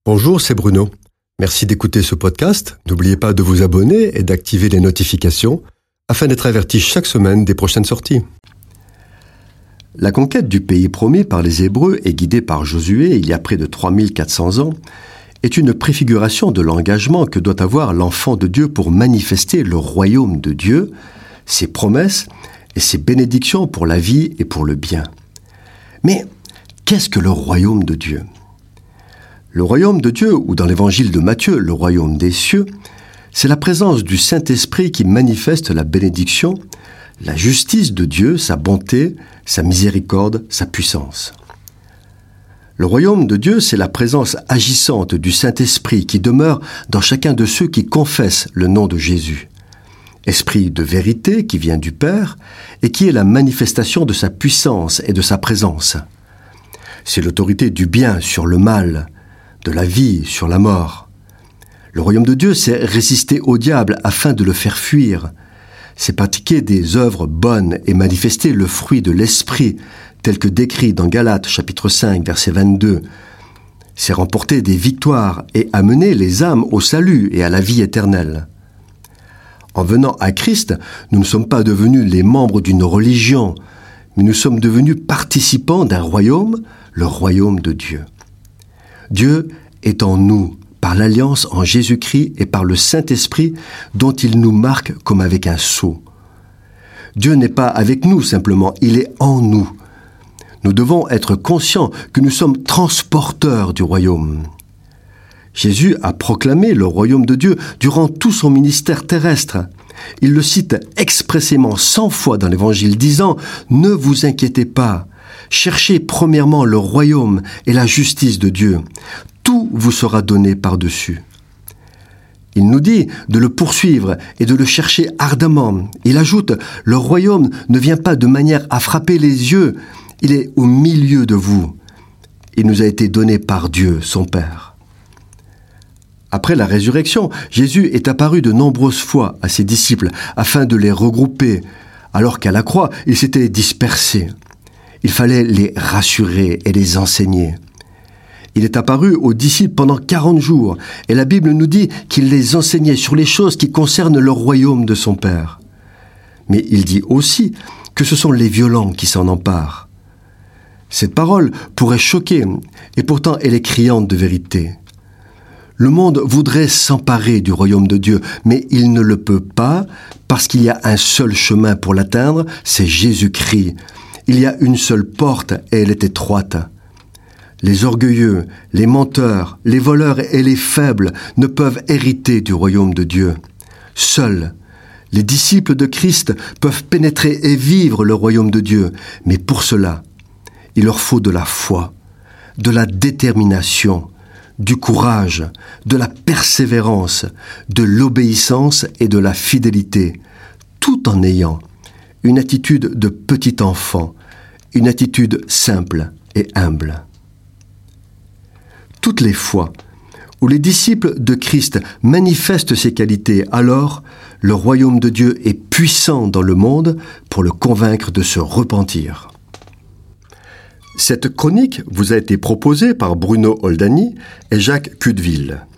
Bonjour, c'est Bruno. Merci d'écouter ce podcast. N'oubliez pas de vous abonner et d'activer les notifications afin d'être averti chaque semaine des prochaines sorties. La conquête du pays promis par les Hébreux et guidée par Josué il y a près de 3400 ans est une préfiguration de l'engagement que doit avoir l'enfant de Dieu pour manifester le royaume de Dieu, ses promesses et ses bénédictions pour la vie et pour le bien. Mais qu'est-ce que le royaume de Dieu ? Le royaume de Dieu, ou dans l'évangile de Matthieu, le royaume des cieux, c'est la présence du Saint-Esprit qui manifeste la bénédiction, la justice de Dieu, sa bonté, sa miséricorde, sa puissance. Le royaume de Dieu, c'est la présence agissante du Saint-Esprit qui demeure dans chacun de ceux qui confessent le nom de Jésus. Esprit de vérité qui vient du Père et qui est la manifestation de sa puissance et de sa présence. C'est l'autorité du bien sur le mal, de la vie sur la mort. Le royaume de Dieu, c'est résister au diable afin de le faire fuir. C'est pratiquer des œuvres bonnes et manifester le fruit de l'esprit, tel que décrit dans Galates chapitre 5, verset 22. C'est remporter des victoires et amener les âmes au salut et à la vie éternelle. En venant à Christ, nous ne sommes pas devenus les membres d'une religion, mais nous sommes devenus participants d'un royaume, le royaume de Dieu. Dieu est en nous, par l'alliance en Jésus-Christ et par le Saint-Esprit dont il nous marque comme avec un sceau. Dieu n'est pas avec nous simplement, il est en nous. Nous devons être conscients que nous sommes transporteurs du royaume. Jésus a proclamé le royaume de Dieu durant tout son ministère terrestre. Il le cite expressément 100 fois dans l'Évangile, disant « Ne vous inquiétez pas ». Cherchez premièrement le royaume et la justice de Dieu. Tout vous sera donné par-dessus. Il nous dit de le poursuivre et de le chercher ardemment. Il ajoute, le royaume ne vient pas de manière à frapper les yeux, il est au milieu de vous. Il nous a été donné par Dieu, son Père. Après la résurrection, Jésus est apparu de nombreuses fois à ses disciples afin de les regrouper, alors qu'à la croix, ils s'étaient dispersés. Il fallait les rassurer et les enseigner. Il est apparu aux disciples pendant 40 jours et la Bible nous dit qu'il les enseignait sur les choses qui concernent le royaume de son Père. Mais il dit aussi que ce sont les violents qui s'en emparent. Cette parole pourrait choquer et pourtant elle est criante de vérité. Le monde voudrait s'emparer du royaume de Dieu, mais il ne le peut pas parce qu'il y a un seul chemin pour l'atteindre, c'est Jésus-Christ. Il y a une seule porte et elle est étroite. Les orgueilleux, les menteurs, les voleurs et les faibles ne peuvent hériter du royaume de Dieu. Seuls les disciples de Christ peuvent pénétrer et vivre le royaume de Dieu. Mais pour cela, il leur faut de la foi, de la détermination, du courage, de la persévérance, de l'obéissance et de la fidélité, tout en ayant une attitude de petit enfant, une attitude simple et humble. Toutes les fois où les disciples de Christ manifestent ces qualités, alors le royaume de Dieu est puissant dans le monde pour le convaincre de se repentir. Cette chronique vous a été proposée par Bruno Oldani et Jacques Cudeville.